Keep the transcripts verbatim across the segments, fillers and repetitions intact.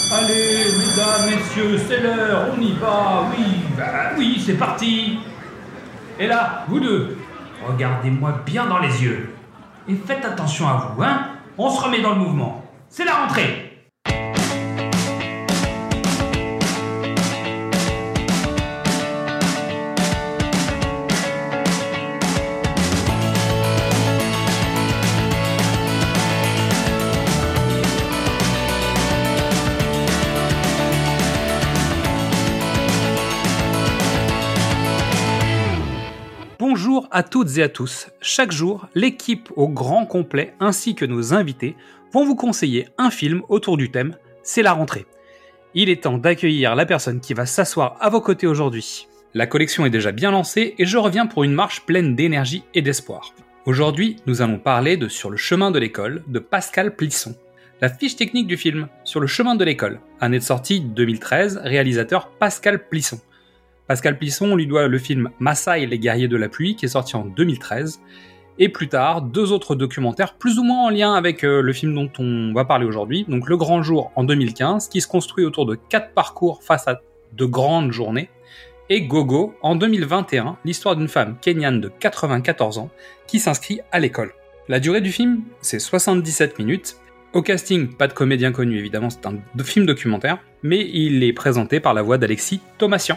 Allez, mesdames, messieurs, c'est l'heure, on y va, oui, bah oui, c'est parti. Et là, vous deux, regardez-moi bien dans les yeux. Et faites attention à vous, hein. On se remet dans le mouvement. C'est la rentrée. Bonjour à toutes et à tous. Chaque jour, l'équipe au grand complet ainsi que nos invités vont vous conseiller un film autour du thème « C'est la rentrée ». Il est temps d'accueillir la personne qui va s'asseoir à vos côtés aujourd'hui. La collection est déjà bien lancée et je reviens pour une marche pleine d'énergie et d'espoir. Aujourd'hui, nous allons parler de Sur le chemin de l'école de Pascal Plisson. La fiche technique du film Sur le chemin de l'école, année de sortie deux mille treize, réalisateur Pascal Plisson. Pascal Plisson, on lui doit le film Maasai, les guerriers de la pluie, qui est sorti en deux mille treize, et plus tard, deux autres documentaires plus ou moins en lien avec euh, le film dont on va parler aujourd'hui, donc Le Grand Jour en deux mille quinze, qui se construit autour de quatre parcours face à de grandes journées, et Gogo en deux mille vingt et un, l'histoire d'une femme kenyane de quatre-vingt-quatorze ans qui s'inscrit à l'école. La durée du film, c'est soixante-dix-sept minutes. Au casting, pas de comédien connu évidemment, c'est un film documentaire, mais il est présenté par la voix d'Alexis Thomasian.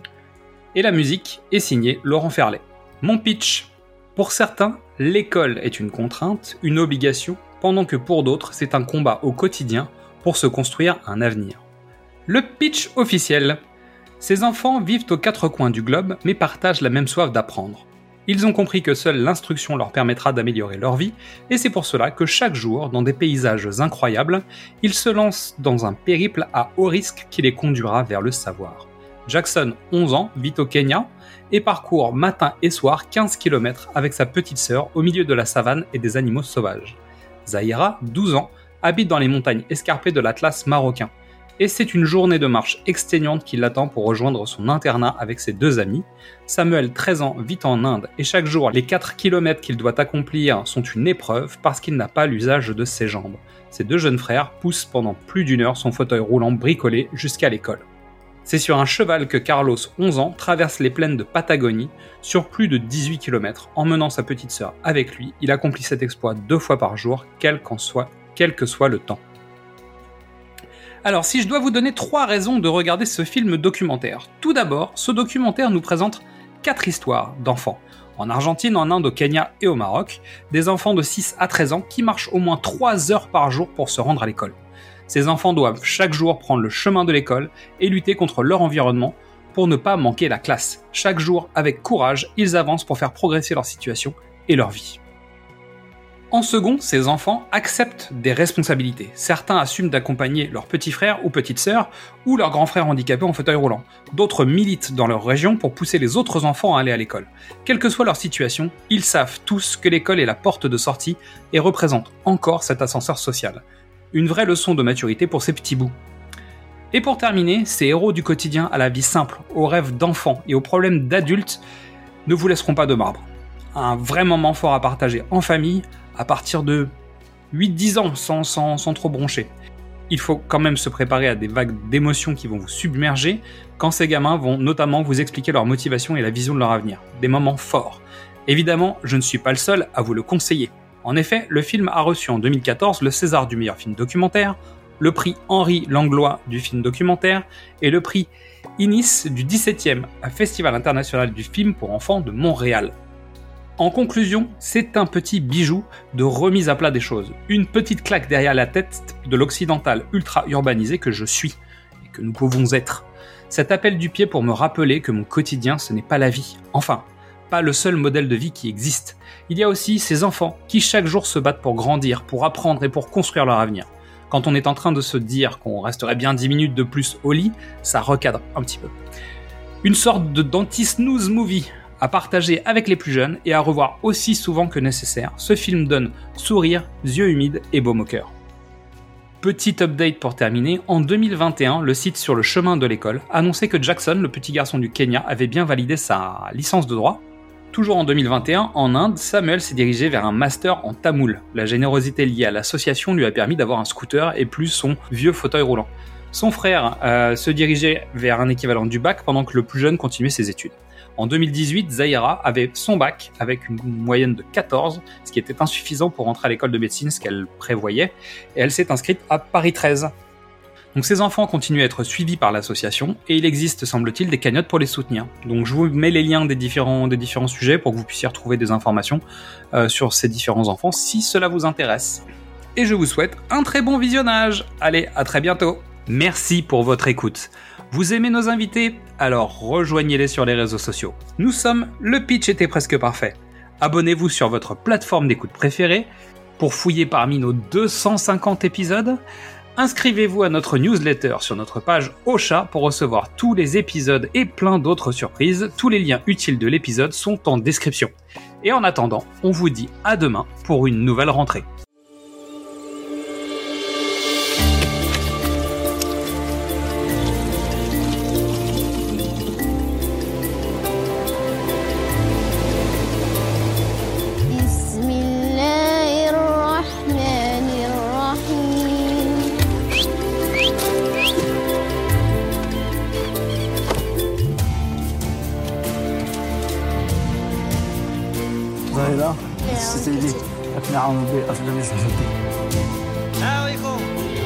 Et la musique est signée Laurent Ferlet. Mon pitch. Pour certains, l'école est une contrainte, une obligation, pendant que pour d'autres, c'est un combat au quotidien pour se construire un avenir. Le pitch officiel. Ces enfants vivent aux quatre coins du globe, mais partagent la même soif d'apprendre. Ils ont compris que seule l'instruction leur permettra d'améliorer leur vie, et c'est pour cela que chaque jour, dans des paysages incroyables, ils se lancent dans un périple à haut risque qui les conduira vers le savoir. Jackson, onze ans, vit au Kenya et parcourt matin et soir quinze kilomètres avec sa petite sœur au milieu de la savane et des animaux sauvages. Zahira, douze ans, habite dans les montagnes escarpées de l'Atlas marocain. Et c'est une journée de marche exténuante qui l'attend pour rejoindre son internat avec ses deux amis. Samuel, treize ans, vit en Inde et chaque jour, les quatre kilomètres qu'il doit accomplir sont une épreuve parce qu'il n'a pas l'usage de ses jambes. Ses deux jeunes frères poussent pendant plus d'une heure son fauteuil roulant bricolé jusqu'à l'école. C'est sur un cheval que Carlos, onze ans, traverse les plaines de Patagonie sur plus de dix-huit kilomètres. Emmenant sa petite sœur avec lui, il accomplit cet exploit deux fois par jour, quel qu'en soit, quel que soit le temps. Alors, si je dois vous donner trois raisons de regarder ce film documentaire. Tout d'abord, ce documentaire nous présente quatre histoires d'enfants. En Argentine, en Inde, au Kenya et au Maroc, des enfants de six à treize ans qui marchent au moins trois heures par jour pour se rendre à l'école. Ces enfants doivent chaque jour prendre le chemin de l'école et lutter contre leur environnement pour ne pas manquer la classe. Chaque jour, avec courage, ils avancent pour faire progresser leur situation et leur vie. En second, ces enfants acceptent des responsabilités. Certains assument d'accompagner leur petit frère ou petite sœur ou leur grand frère handicapé en fauteuil roulant. D'autres militent dans leur région pour pousser les autres enfants à aller à l'école. Quelle que soit leur situation, ils savent tous que l'école est la porte de sortie et représente encore cet ascenseur social. Une vraie leçon de maturité pour ces petits bouts. Et pour terminer, ces héros du quotidien à la vie simple, aux rêves d'enfants et aux problèmes d'adultes ne vous laisseront pas de marbre. Un vrai moment fort à partager en famille à partir de huit dix ans sans, sans, sans trop broncher. Il faut quand même se préparer à des vagues d'émotions qui vont vous submerger quand ces gamins vont notamment vous expliquer leur motivation et la vision de leur avenir. Des moments forts. Évidemment, je ne suis pas le seul à vous le conseiller. En effet, le film a reçu en deux mille quatorze le César du meilleur film documentaire, le prix Henri Langlois du film documentaire et le prix Innis du dix-septième Festival international du film pour enfants de Montréal. En conclusion, c'est un petit bijou de remise à plat des choses, une petite claque derrière la tête de l'occidental ultra-urbanisé que je suis et que nous pouvons être. Cet appel du pied pour me rappeler que mon quotidien ce n'est pas la vie, enfin, pas le seul modèle de vie qui existe. Il y a aussi ces enfants qui chaque jour se battent pour grandir, pour apprendre et pour construire leur avenir. Quand on est en train de se dire qu'on resterait bien dix minutes de plus au lit, ça recadre un petit peu. Une sorte de d'anti-snooze movie à partager avec les plus jeunes et à revoir aussi souvent que nécessaire. Ce film donne sourire, yeux humides et baume au cœur. Petit update pour terminer, en deux mille vingt et un, le site Sur le chemin de l'école annonçait que Jackson, le petit garçon du Kenya, avait bien validé sa licence de droit. Toujours en deux mille vingt et un, en Inde, Samuel s'est dirigé vers un master en tamoul. La générosité liée à l'association lui a permis d'avoir un scooter et plus son vieux fauteuil roulant. Son frère euh, se dirigeait vers un équivalent du bac pendant que le plus jeune continuait ses études. En deux mille dix-huit, Zahira avait son bac avec une moyenne de quatorze, ce qui était insuffisant pour entrer à l'école de médecine, ce qu'elle prévoyait, et elle s'est inscrite à Paris treize. Donc ces enfants continuent à être suivis par l'association, et il existe, semble-t-il, des cagnottes pour les soutenir. Donc je vous mets les liens des différents, des différents sujets pour que vous puissiez retrouver des informations euh, sur ces différents enfants, si cela vous intéresse. Et je vous souhaite un très bon visionnage. Allez, à très bientôt. Merci pour votre écoute. Vous aimez nos invités ? Alors rejoignez-les sur les réseaux sociaux. Nous sommes Le Pitch était presque parfait. Abonnez-vous sur votre plateforme d'écoute préférée pour fouiller parmi nos deux cent cinquante épisodes. Inscrivez-vous à notre newsletter sur notre page Ocha pour recevoir tous les épisodes et plein d'autres surprises. Tous les liens utiles de l'épisode sont en description. Et en attendant, on vous dit à demain pour une nouvelle rentrée. ظاهرة سيدي أقنعهم بأفضل صفتي. عليكم.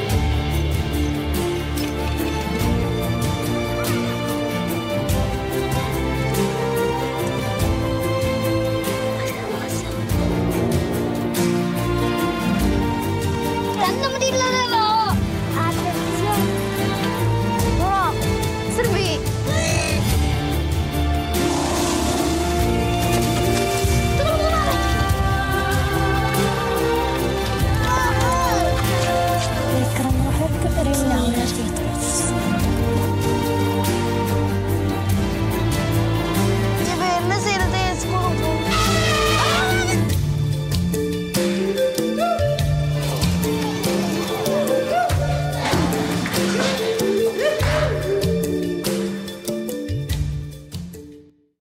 Berantem di mana lo? Atención. Bro, servi. Ikram rohek, ringan.